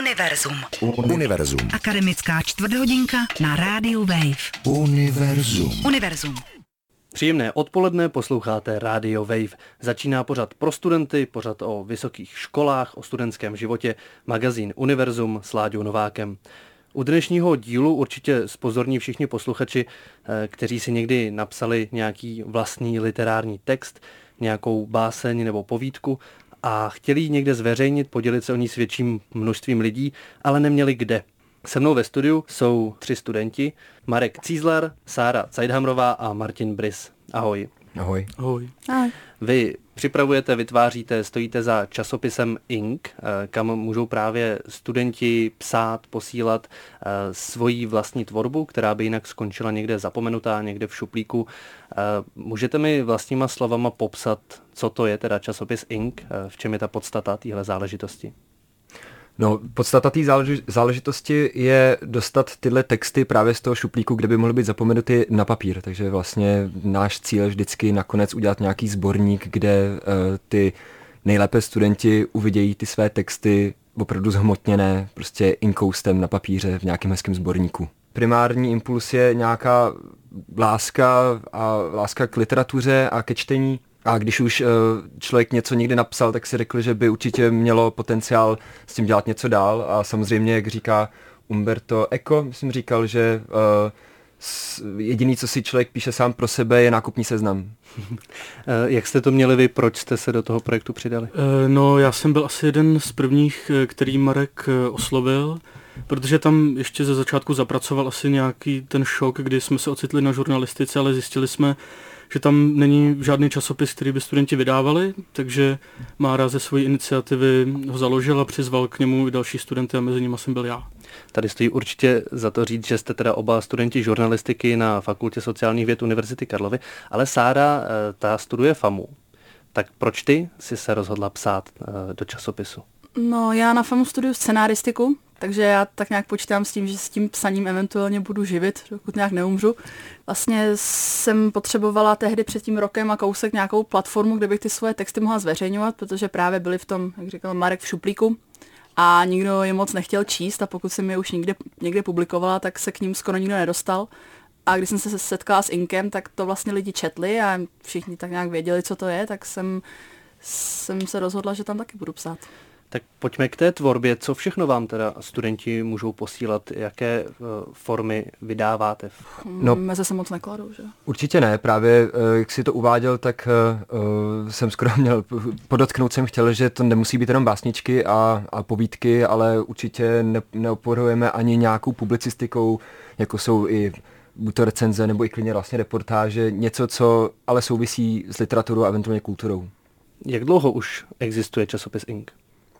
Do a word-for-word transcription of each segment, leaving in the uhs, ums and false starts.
Univerzum. Univerzum. Akademická čtvrthodinka na rádiu Wave. Univerzum. Univerzum. Příjemné odpoledne, posloucháte Radio Wave. Začíná pořad pro studenty, pořad o vysokých školách, o studentském životě, magazín Univerzum s Láďou Novákem. U dnešního dílu určitě zpozorní všichni posluchači, kteří si někdy napsali nějaký vlastní literární text, nějakou báseň nebo povídku a chtěli ji někde zveřejnit, podělit se o ní s větším množstvím lidí, ale neměli kde. Se mnou ve studiu jsou tři studenti, Marek Cízlar, Sára Cajdhamrová a Martin Brys. Ahoj. Ahoj. Ahoj. Ahoj. Vy připravujete, vytváříte, stojíte za časopisem Ink, kam můžou právě studenti psát, posílat svoji vlastní tvorbu, která by jinak skončila někde zapomenutá, někde v šuplíku. Můžete mi vlastníma slovama popsat, co to je teda časopis Ink, v čem je ta podstata téhle záležitosti? No, podstata té záleži- záležitosti je dostat tyhle texty právě z toho šuplíku, kde by mohly být zapomenuty na papír. Takže vlastně náš cíl je vždycky nakonec udělat nějaký sborník, kde uh, ty nejlépe studenti uvidějí ty své texty opravdu zhmotněné prostě inkoustem na papíře v nějakém hezkém sborníku. Primární impuls je nějaká láska a láska k literatuře a ke čtení. A když už uh, člověk něco někdy napsal, tak si řekl, že by určitě mělo potenciál s tím dělat něco dál. A samozřejmě, jak říká Umberto Eco, myslím říkal, že uh, s, jediný, co si člověk píše sám pro sebe, je nákupní seznam. Jak jste to měli vy? Proč jste se do toho projektu přidali? No, já jsem byl asi jeden z prvních, který Marek oslovil, protože tam ještě ze začátku zapracoval asi nějaký ten šok, kdy jsme se ocitli na žurnalistice, ale zjistili jsme, že tam není žádný časopis, který by studenti vydávali, takže Mára ze své iniciativy ho založil a přizval k němu i další studenty a mezi nimi jsem byl já. Tady stojí určitě za to říct, že jste teda oba studenti žurnalistiky na Fakultě sociálních věd Univerzity Karlovy, ale Sára, ta studuje FAMU. Tak proč ty jsi se rozhodla psát do časopisu? No, já na FAMU studuju scenaristiku, takže já tak nějak počítám s tím, že s tím psaním eventuálně budu živit, dokud nějak neumřu. Vlastně jsem potřebovala tehdy před tím rokem a kousek nějakou platformu, kde bych ty svoje texty mohla zveřejňovat, protože právě byly v tom, jak říkal Marek, v šuplíku a nikdo je moc nechtěl číst a pokud jsem je už někde, někde publikovala, tak se k ním skoro nikdo nedostal. A když jsem se setkala s Inkem, tak to vlastně lidi četli a všichni tak nějak věděli, co to je, tak jsem, jsem se rozhodla, že tam taky budu psát. Tak pojďme k té tvorbě. Co všechno vám teda studenti můžou posílat? Jaké uh, formy vydáváte? No, meze se moc nekladou, že? Určitě ne. Právě, uh, jak si to uváděl, tak uh, jsem skoro měl, podotknout jsem chtěl, že to nemusí být jenom básničky a, a povídky, ale určitě ne, neoporujeme ani nějakou publicistikou, jako jsou i buď to recenze, nebo i klidně vlastně reportáže. Něco, co ale souvisí s literaturou a eventuálně kulturou. Jak dlouho už existuje časopis Ink?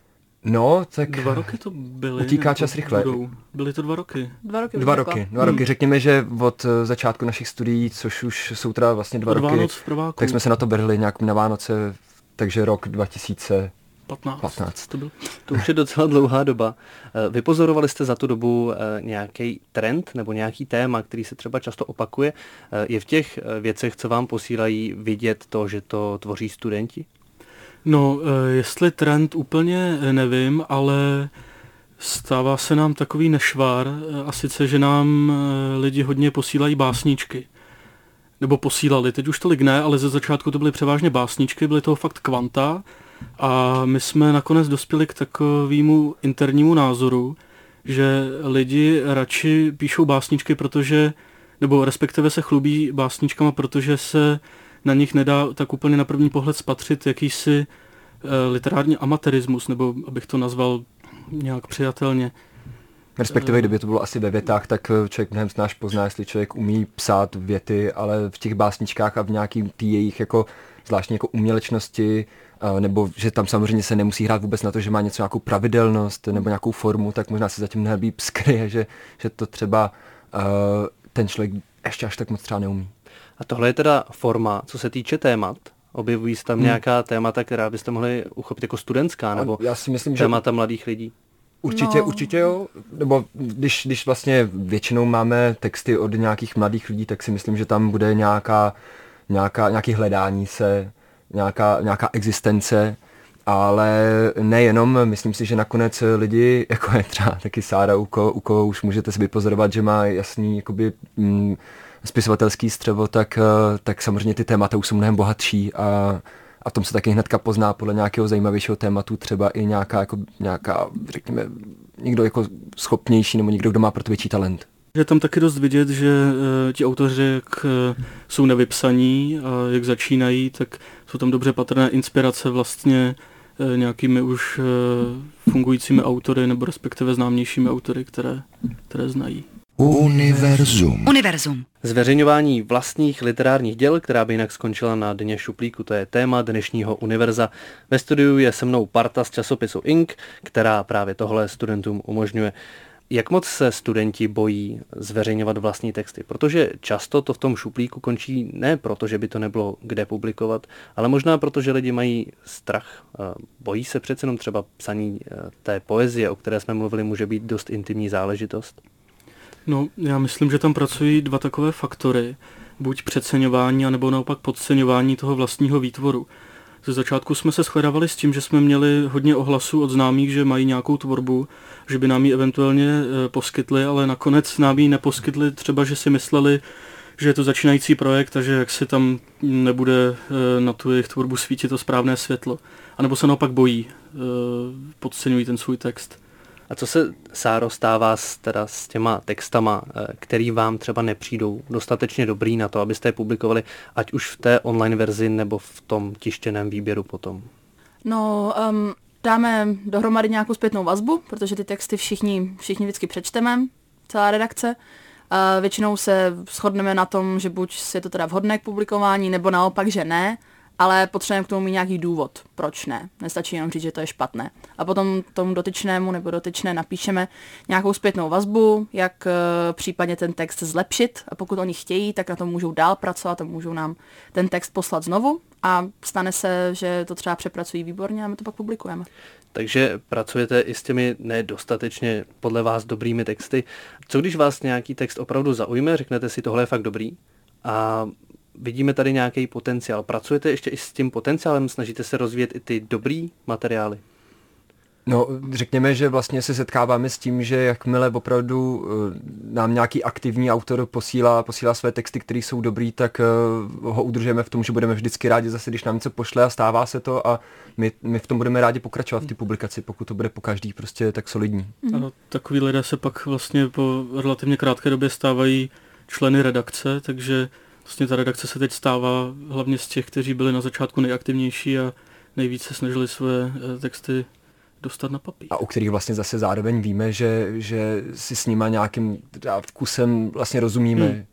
No, tak dva roky to byly. Utíká čas rychle. Budou. Byly to dva roky. Dva roky. Dva roky. Dva roky. Hmm. Řekněme, že od začátku našich studií, což už jsou teda vlastně dva od roky, Vánoc v prváku. Tak jsme se na to brhli nějak na Vánoce, takže rok dva tisíce patnáct. To, byl. To už je docela dlouhá doba. Vypozorovali jste za tu dobu nějaký trend nebo nějaký téma, který se třeba často opakuje? Je v těch věcech, co vám posílají, vidět to, že to tvoří studenti? No, jestli trend úplně nevím, ale stává se nám takový nešvar, a sice, že nám lidi hodně posílají básničky. Nebo posílali, teď už tolik ne, ale ze začátku to byly převážně básničky, byly toho fakt kvanta a my jsme nakonec dospěli k takovému internímu názoru, že lidi radši píšou básničky, protože, nebo respektive se chlubí básničkama, protože se na nich nedá tak úplně na první pohled spatřit jakýsi e, literární amatérismus, nebo abych to nazval nějak přijatelně. Respektive, kdyby to bylo asi ve větách, tak člověk mnohem z nás pozná, jestli člověk umí psát věty, ale v těch básničkách a v nějaký tý jejich jako zvláštní jako umělečnosti, nebo že tam samozřejmě se nemusí hrát vůbec na to, že má něco nějakou pravidelnost nebo nějakou formu, tak možná se zatím mnohem líp skryje, že, že to třeba uh, ten člověk ještě až tak moc třeba neumí. A tohle je teda forma, co se týče témat. Objevují se tam hmm. nějaká témata, která byste mohli uchopit jako studentská, nebo já si myslím, témata že mladých lidí? Určitě, no. určitě jo. Nebo když, když vlastně většinou máme texty od nějakých mladých lidí, tak si myslím, že tam bude nějaká, nějaká, nějaký hledání se, nějaká, nějaká existence ale nejenom, myslím si, že nakonec lidi, jako je třeba taky Sára, u koho, u koho už můžete si vypozorovat, že má jasný jakoby, mm, spisovatelský střevo, tak, tak samozřejmě ty témata už jsou mnohem bohatší a, a v tom se taky hnedka pozná podle nějakého zajímavějšího tématu třeba i nějaká, jako, nějaká řekněme, někdo jako schopnější nebo někdo, kdo má pro to větší talent. Je tam taky dost vidět, že uh, ti autoři, jak uh, jsou nevypsaní a jak začínají, tak jsou tam dobře patrné inspirace vlastně uh, nějakými už uh, fungujícími autory nebo respektive známějšími autory, které, které znají. Univerzum. Univerzum. Zveřejňování vlastních literárních děl, která by jinak skončila na Dně šuplíku, to je téma dnešního Univerza. Ve studiu je se mnou parta z časopisu Ink, která právě tohle studentům umožňuje. Jak moc se studenti bojí zveřejňovat vlastní texty? Protože často to v tom šuplíku končí ne proto, že by to nebylo kde publikovat, ale možná proto, že lidi mají strach. Bojí se přece jenom třeba psaní té poezie, o které jsme mluvili, může být dost intimní záležitost? No, já myslím, že tam pracují dva takové faktory. Buď přeceňování, anebo naopak podceňování toho vlastního výtvoru. Ze začátku jsme se shledávali s tím, že jsme měli hodně ohlasů od známých, že mají nějakou tvorbu, že by nám ji eventuálně e, poskytli, ale nakonec nám ji neposkytli, třeba že si mysleli, že je to začínající projekt a že jak si tam nebude e, na tu jejich tvorbu svítit to správné světlo. A nebo se naopak bojí, e, podceňují ten svůj text. A co se, Sáro, stává s, teda s těma textama, který vám třeba nepřijdou dostatečně dobrý na to, abyste je publikovali, ať už v té online verzi nebo v tom tištěném výběru potom? No, um, dáme dohromady nějakou zpětnou vazbu, protože ty texty všichni, všichni vždycky přečteme, celá redakce. A většinou se shodneme na tom, že buď je to teda vhodné k publikování, nebo naopak, že ne, ale potřebujeme k tomu mít nějaký důvod, proč ne. Nestačí jenom říct, že to je špatné. A potom tomu dotyčnému nebo dotyčné napíšeme nějakou zpětnou vazbu, jak e, případně ten text zlepšit. A pokud oni chtějí, tak na tom můžou dál pracovat a můžou nám ten text poslat znovu. A stane se, že to třeba přepracují výborně a my to pak publikujeme. Takže pracujete i s těmi nedostatečně podle vás dobrými texty. Co když vás nějaký text opravdu zaujme, řeknete si, tohle je fakt dobrý a vidíme tady nějaký potenciál. Pracujete ještě i s tím potenciálem? Snažíte se rozvíjet i ty dobrý materiály? No, řekněme, že vlastně se setkáváme s tím, že jakmile opravdu nám nějaký aktivní autor posílá, posílá své texty, které jsou dobrý, tak ho udržujeme v tom, že budeme vždycky rádi zase, když nám něco pošle a stává se to a my, my v tom budeme rádi pokračovat v té publikaci, pokud to bude po každý prostě tak solidní. Mm. A takový lidé se pak vlastně po relativně krátké době stávají členy redakce, takže vlastně ta redakce se teď stává hlavně z těch, kteří byli na začátku nejaktivnější a nejvíce snažili své texty dostat na papír. A u kterých vlastně zase zároveň víme, že, že si s nima nějakým vkusem vlastně rozumíme. Hmm.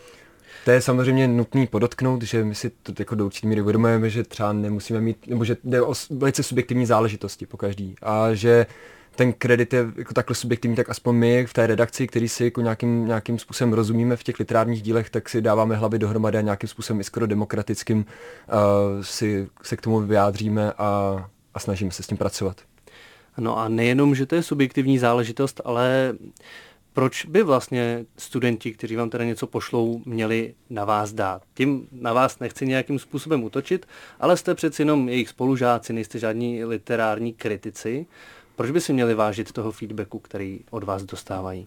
To je samozřejmě nutný podotknout, že my si to jako do určitý míry uvědomujeme, že třeba nemusíme mít, nebo že jde o velice subjektivní záležitosti po každý. A že ten kredit je jako takhle subjektivní, tak aspoň my v té redakci, který si jako nějakým, nějakým způsobem rozumíme v těch literárních dílech, tak si dáváme hlavy dohromady a nějakým způsobem i skoro demokratickým uh, si se k tomu vyjádříme a, a snažíme se s tím pracovat. No a nejenom, že to je subjektivní záležitost, ale proč by vlastně studenti, kteří vám teda něco pošlou, měli na vás dát? Tím na vás nechci nějakým způsobem útočit, ale jste přeci jenom jejich spolužáci, nejste žádní literární kritici. Proč by si měli vážit toho feedbacku, který od vás dostávají?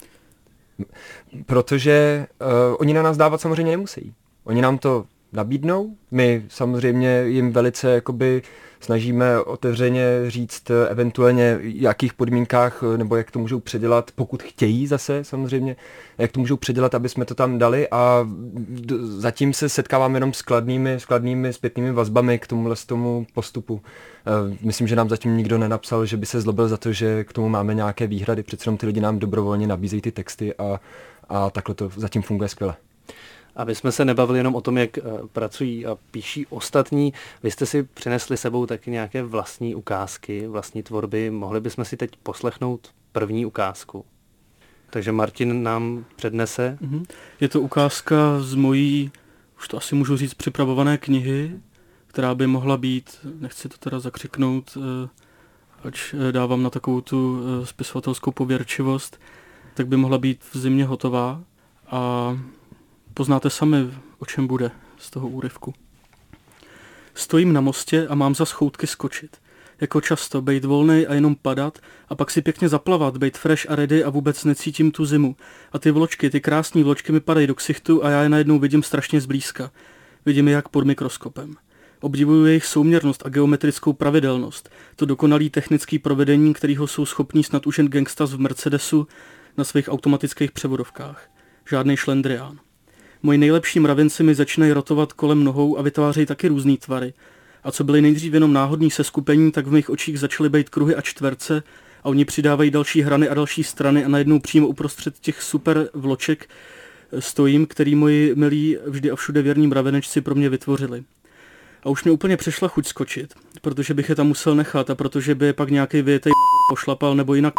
Protože uh, oni na nás dávat samozřejmě nemusí. Oni nám to nabídnou, my samozřejmě jim velice jakoby snažíme otevřeně říct eventuálně v jakých podmínkách nebo jak to můžou předělat, pokud chtějí zase samozřejmě, jak to můžou předělat, aby jsme to tam dali a zatím se setkáváme jenom s kladnými, s kladnými zpětnými vazbami k tomuhle z tomu postupu. Myslím, že nám zatím nikdo nenapsal, že by se zlobil za to, že k tomu máme nějaké výhrady, přece jenom ty lidi nám dobrovolně nabízejí ty texty a, a takhle to zatím funguje skvěle. Aby jsme se nebavili jenom o tom, jak pracují a píší ostatní, vy jste si přinesli sebou taky nějaké vlastní ukázky, vlastní tvorby. Mohli bychom si teď poslechnout první ukázku. Takže Martin nám přednese. Je to ukázka z mojí, už to asi můžu říct, připravované knihy, která by mohla být, nechci to teda zakřiknout, ač dávám na takovou tu spisovatelskou pověrčivost, tak by mohla být v zimě hotová a poznáte sami, o čem bude z toho úryvku. Stojím na mostě a mám za schoutky skočit. Jako často, bejt volnej a jenom padat a pak si pěkně zaplavat, bejt fresh a ready a vůbec necítím tu zimu. A ty vločky, ty krásný vločky mi padají do ksichtu a já je najednou vidím strašně zblízka. Vidím je jak pod mikroskopem. Obdivuju jejich souměrnost a geometrickou pravidelnost, to dokonalý technický provedení, kterýho jsou schopní snad už jen gangstas v Mercedesu na svých automatických převodovkách. Žádný šlendrián. Moji nejlepší mravenci mi začínají rotovat kolem nohou a vytvářejí taky různý tvary. A co byly nejdřív jenom náhodný seskupení, tak v mých očích začaly být kruhy a čtverce a oni přidávají další hrany a další strany a najednou přímo uprostřed těch super vloček stojím, který moji milí vždy a všude věrní mravenečci pro mě vytvořili. A už mě úplně přešla chuť skočit, protože bych je tam musel nechat a protože by je pak nějaký vyjetej pošlapal nebo jinak.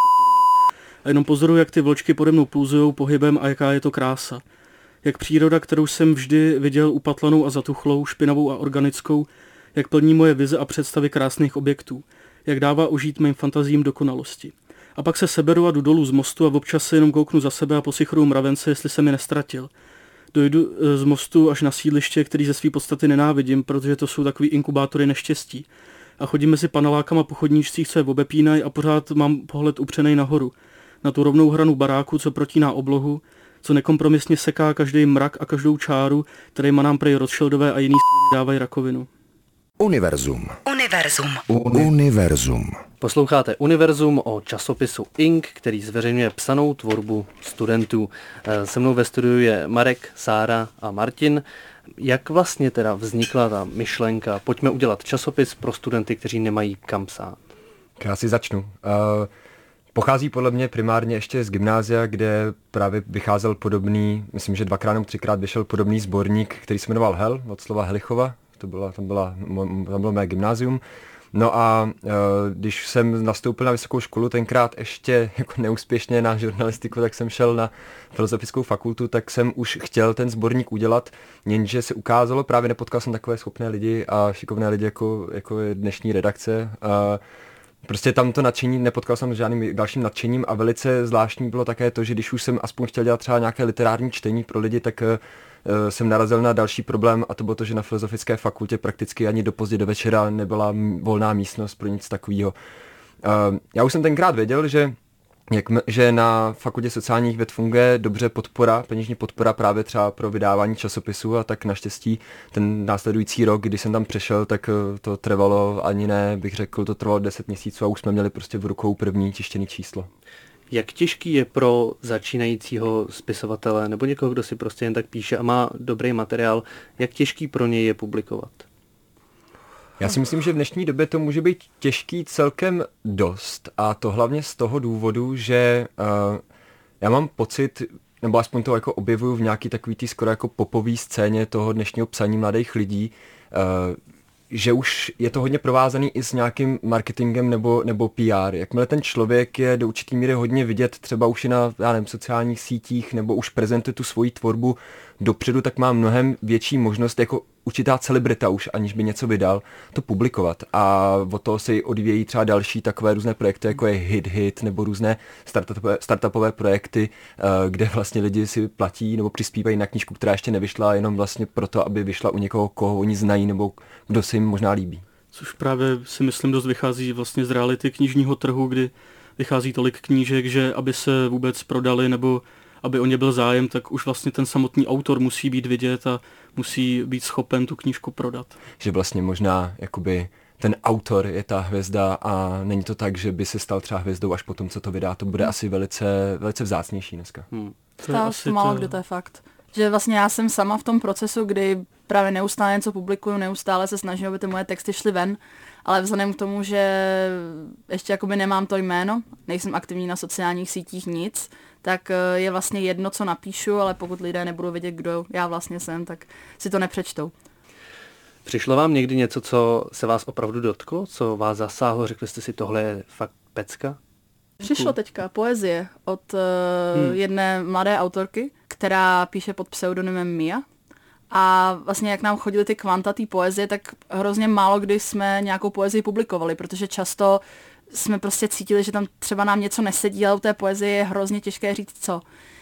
A jenom pozoruju, jak ty vločky pode mnou pulzujou pohybem a jaká je to krása. Jak příroda, kterou jsem vždy viděl upatlanou a zatuchlou, špinavou a organickou, jak plní moje vize a představy krásných objektů, jak dává ožít mým fantazím dokonalosti. A pak se seberu a jdu dolů z mostu a občas se jenom kouknu za sebe a posichruju mravence, jestli jsem je nestratil. Dojdu z mostu až na sídliště, který ze své podstaty nenávidím, protože to jsou takový inkubátory neštěstí. A chodím mezi panelákama po chodníčcích, co je obepínají a pořád mám pohled upřenej nahoru. Na tu rovnou hranu baráku, co protíná oblohu, co nekompromisně seká každý mrak a každou čáru, kterýma nám prej Rothschildové a jiný s*** dávají rakovinu. Univerzum. Univerzum. Univerzum. Posloucháte Univerzum o časopisu Ink, který zveřejňuje psanou tvorbu studentů. Se mnou ve studiu je Marek, Sára a Martin. Jak vlastně teda vznikla ta myšlenka, pojďme udělat časopis pro studenty, kteří nemají kam psát? Já si začnu. Uh, pochází podle mě primárně ještě z gymnázia, kde právě vycházel podobný, myslím, že dvakrát nebo třikrát vyšel podobný sborník, který se jmenoval Hel, od slova Helichova. To byla, tam, byla, tam bylo mé gymnázium. No a uh, když jsem nastoupil na vysokou školu, tenkrát ještě jako neúspěšně na žurnalistiku, tak jsem šel na filozofickou fakultu, tak jsem už chtěl ten sborník udělat, jenže se ukázalo, právě nepotkal jsem takové schopné lidi a šikovné lidi, jako, jako je dnešní redakce. Uh, prostě tam to nadšení, nepotkal jsem s žádným dalším nadšením a velice zvláštní bylo také to, že když už jsem aspoň chtěl dělat třeba nějaké literární čtení pro lidi, tak uh, jsem narazil na další problém a to bylo to, že na filozofické fakultě prakticky ani do pozdě do večera nebyla volná místnost pro nic takového. Já už jsem tenkrát věděl, že, jak, že na fakultě sociálních věd funguje dobře podpora, peněžní podpora právě třeba pro vydávání časopisů a tak naštěstí ten následující rok, kdy jsem tam přešel, tak to trvalo ani ne, bych řekl, to trvalo deset měsíců a už jsme měli prostě v rukou první tištěný číslo. Jak těžký je pro začínajícího spisovatele nebo někoho, kdo si prostě jen tak píše a má dobrý materiál, jak těžký pro něj je publikovat? Já si myslím, že v dnešní době to může být těžký celkem dost a to hlavně z toho důvodu, že uh, já mám pocit, nebo aspoň to jako objevuju v nějaký takový tý skoro jako popový scéně toho dnešního psaní mladých lidí, uh, že už je to hodně provázaný i s nějakým marketingem nebo, nebo P R. Jakmile ten člověk je do určitý míry hodně vidět, třeba už i na já nevím, sociálních sítích, nebo už prezentuje tu svoji tvorbu dopředu, tak má mnohem větší možnost jako určitá celebrita už, aniž by něco vydal, to publikovat. A od toho se odvíjejí třeba další takové různé projekty, jako je Hit Hit, nebo různé startupové, startupové projekty, kde vlastně lidi si platí nebo přispívají na knížku, která ještě nevyšla, jenom vlastně proto, aby vyšla u někoho, koho oni znají, nebo kdo se jim možná líbí. Což právě si myslím dost vychází vlastně z reality knižního trhu, kdy vychází tolik knížek, že aby se vůbec prodali nebo aby o ně byl zájem, tak už vlastně ten samotný autor musí být vidět a musí být schopen tu knížku prodat. Že vlastně možná jakoby ten autor je ta hvězda a není to tak, že by se stal třeba hvězdou až po tom, co to vydá. To bude hmm. asi velice, velice vzácnější dneska. Hmm. To je asi to málo, kdo to je fakt. Že vlastně já jsem sama v tom procesu, kdy právě neustále něco publikuju, neustále se snažím, aby ty moje texty šly ven, ale vzhledem k tomu, že ještě jakoby nemám to jméno, nejsem aktivní na sociálních sítích, nic, tak je vlastně jedno, co napíšu, ale pokud lidé nebudou vědět, kdo já vlastně jsem, tak si to nepřečtou. Přišlo vám někdy něco, co se vás opravdu dotklo? Co vás zasáhlo? Řekli jste si, tohle je fakt pecka? Přišlo teďka poezie od uh, hmm. jedné mladé autorky, která píše pod pseudonymem Mia. A vlastně jak nám chodily ty kvanta té poezie, tak hrozně málo kdy jsme nějakou poezii publikovali, protože často jsme prostě cítili, že tam třeba nám něco nesedí, ale u té poezie je hrozně těžké říct co.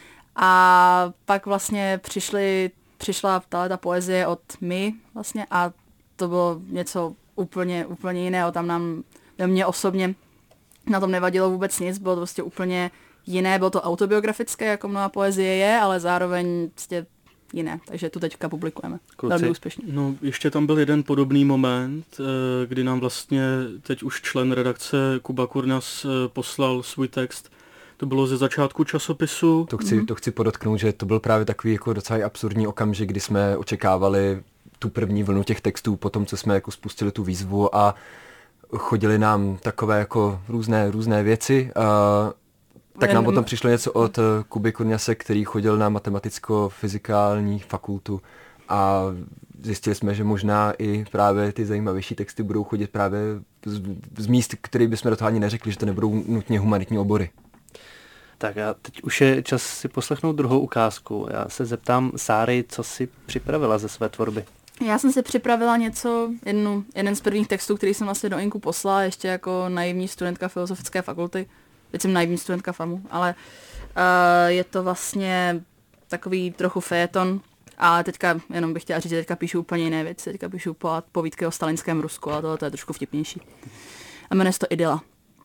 A pak vlastně přišli, přišla ta poezie od My vlastně a to bylo něco úplně, úplně jiného. Tam nám Mně osobně na tom nevadilo vůbec nic, bylo to prostě úplně jiné, bylo to autobiografické, jako mnoha poezie je, ale zároveň prostě jiné, takže tu teďka publikujeme. Kluci. Velmi úspěšně. No, ještě tam byl jeden podobný moment, kdy nám vlastně teď už člen redakce Kuba Kurnas poslal svůj text. To bylo ze začátku časopisu. To chci, mm-hmm. to chci podotknout, že to byl právě takový jako docela absurdní okamžik, kdy jsme očekávali tu první vlnu těch textů po tom, co jsme jako spustili tu výzvu a chodili nám takové jako různé, různé věci. A tak nám potom přišlo něco od Kuby Kurňase, který chodil na matematicko-fyzikální fakultu a zjistili jsme, že možná i právě ty zajímavější texty budou chodit právě z, z míst, které bychom do toho ani neřekli, že to nebudou nutně humanitní obory. Tak a teď už je čas si poslechnout druhou ukázku. Já se zeptám Sáry, co si připravila ze své tvorby. Já jsem si připravila něco, jednu, jeden z prvních textů, který jsem vlastně do Inku poslala, ještě jako naivní studentka filozofické fakulty. Teď jsem naivní studentka FAMu, ale uh, je to vlastně takový trochu fejeton, ale teďka, jenom bych chtěla říct, že teďka píšu úplně jiné věci, teďka píšu po, povídky o stalinském Rusku, ale tohle to je trošku vtipnější. A jmenuje se to Idyla.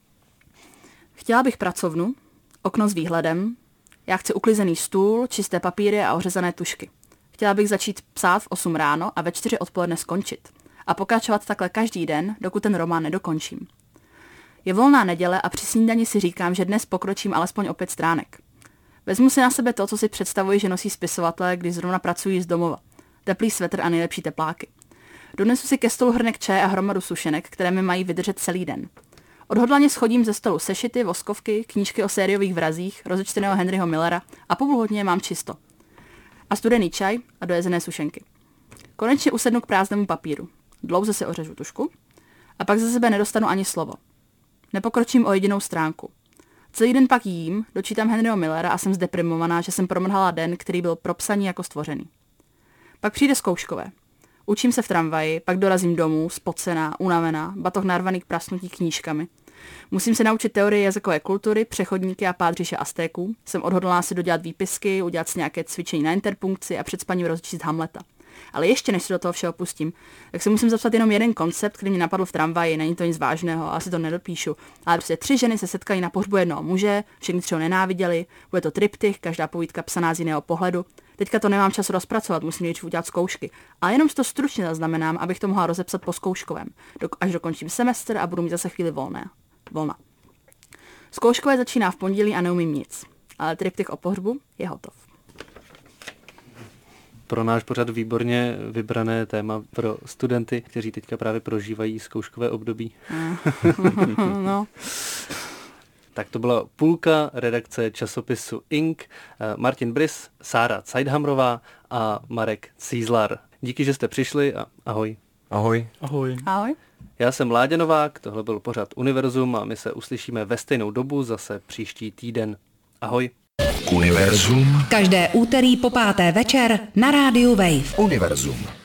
Chtěla bych pracovnu, okno s výhledem, já chci uklizený stůl, čisté papíry a ořezané tušky. Chtěla bych začít psát v osm ráno a ve čtyři odpoledne skončit. A pokračovat takhle každý den, dokud ten román nedokončím. Je volná neděle a při snídani si říkám, že dnes pokročím alespoň o pět stránek. Vezmu si na sebe to, co si představuji, že nosí spisovatelé, když zrovna pracují z domova. Teplý svetr a nejlepší tepláky. Donesu si ke stolu hrnek čaje a hromadu sušenek, které mi mají vydržet celý den. Odhodlaně schodím ze stolu sešity, voskovky, knížky o sériových vrazích, rozečteného Henryho Millera a po půl hodině mám čisto. A studený čaj a dojezené sušenky. Konečně usednu k prázdnému papíru. Dlouze si ořežu tušku a pak ze sebe nedostanu ani slovo. Nepokročím o jedinou stránku. Celý den pak jím, dočítám Henryho Millera a jsem zdeprimovaná, že jsem promrhala den, který byl pro psaní jako stvořený. Pak přijde zkouškové. Učím se v tramvaji, pak dorazím domů, spocená, unavená, batoh narvaný k prasnutí knížkami. Musím se naučit teorie jazykové kultury, přechodníky a pád říše Aztéků. Jsem odhodlaná si dodělat výpisky, udělat si nějaké cvičení na interpunkci a před spaním rozčíst Hamleta. Ale ještě než se do toho všeho pustím, tak si musím zapsat jenom jeden koncept, který mě napadl v tramvaji, není to nic vážného, asi to nedopíšu. Ale prostě tři ženy se setkají na pohřbu jednoho muže, všichni tři ho nenáviděli, bude to triptych, každá povídka psaná z jiného pohledu. Teďka to nemám čas rozpracovat, musím nejdřív udělat zkoušky. Ale jenom si to stručně zaznamenám, abych to mohla rozepsat po zkouškovém, až dokončím semestr a budu mít zase chvíli volné. Volna. Zkouškové začíná v pondělí a neumím nic, ale triptych o pohřbu je hotov. Pro náš pořad výborně vybrané téma pro studenty, kteří teďka právě prožívají zkouškové období. No. Tak to byla půlka redakce časopisu Ink, Martin Brys, Sára Cajdhamrová a Marek Cízlar. Díky, že jste přišli a ahoj. Ahoj. Ahoj. Ahoj. Já jsem Láďa Novák, tohle byl pořad Univerzum a my se uslyšíme ve stejnou dobu zase příští týden. Ahoj. Univerzum. Každé úterý po páté večer na rádiu Wave. Univerzum.